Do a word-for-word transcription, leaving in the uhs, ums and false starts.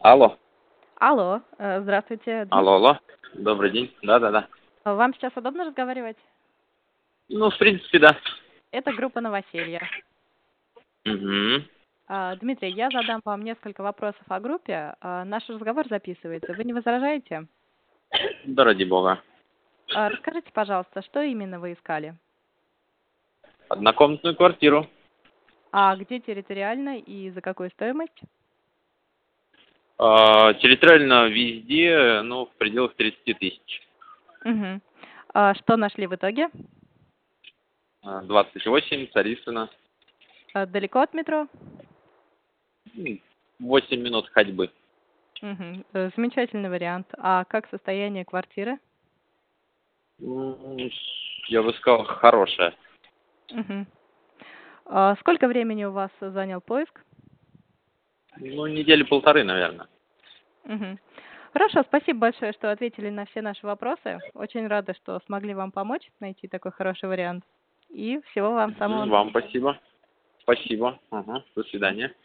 Алло. Алло, э, здравствуйте, Алло, Дмитрий. алло. Добрый день. Да-да-да. А Вам сейчас удобно разговаривать? Ну, в принципе, да. Это группа «Новоселье». Угу. А, Дмитрий, я задам вам несколько вопросов о группе. А, Наш разговор записывается. Вы не возражаете? Да ради бога. А, Расскажите, пожалуйста, что именно вы искали? Однокомнатную квартиру. А где территориально и за какую стоимость? А, территориально везде, ну, в пределах тридцати тысяч. Угу. А что нашли в итоге? А, двадцать восемь, Царицына. А, Далеко от метро? М, восемь минут ходьбы. Угу. Замечательный вариант. А как состояние квартиры? М, Я бы сказал, хорошая. Угу. Сколько времени у вас занял поиск? Ну, недели полторы, наверное. Мгм. Хорошо, спасибо большое, что ответили на все наши вопросы. Очень рада, что смогли вам помочь найти такой хороший вариант. И всего вам самого. Вам спасибо. Спасибо. Ага. До свидания.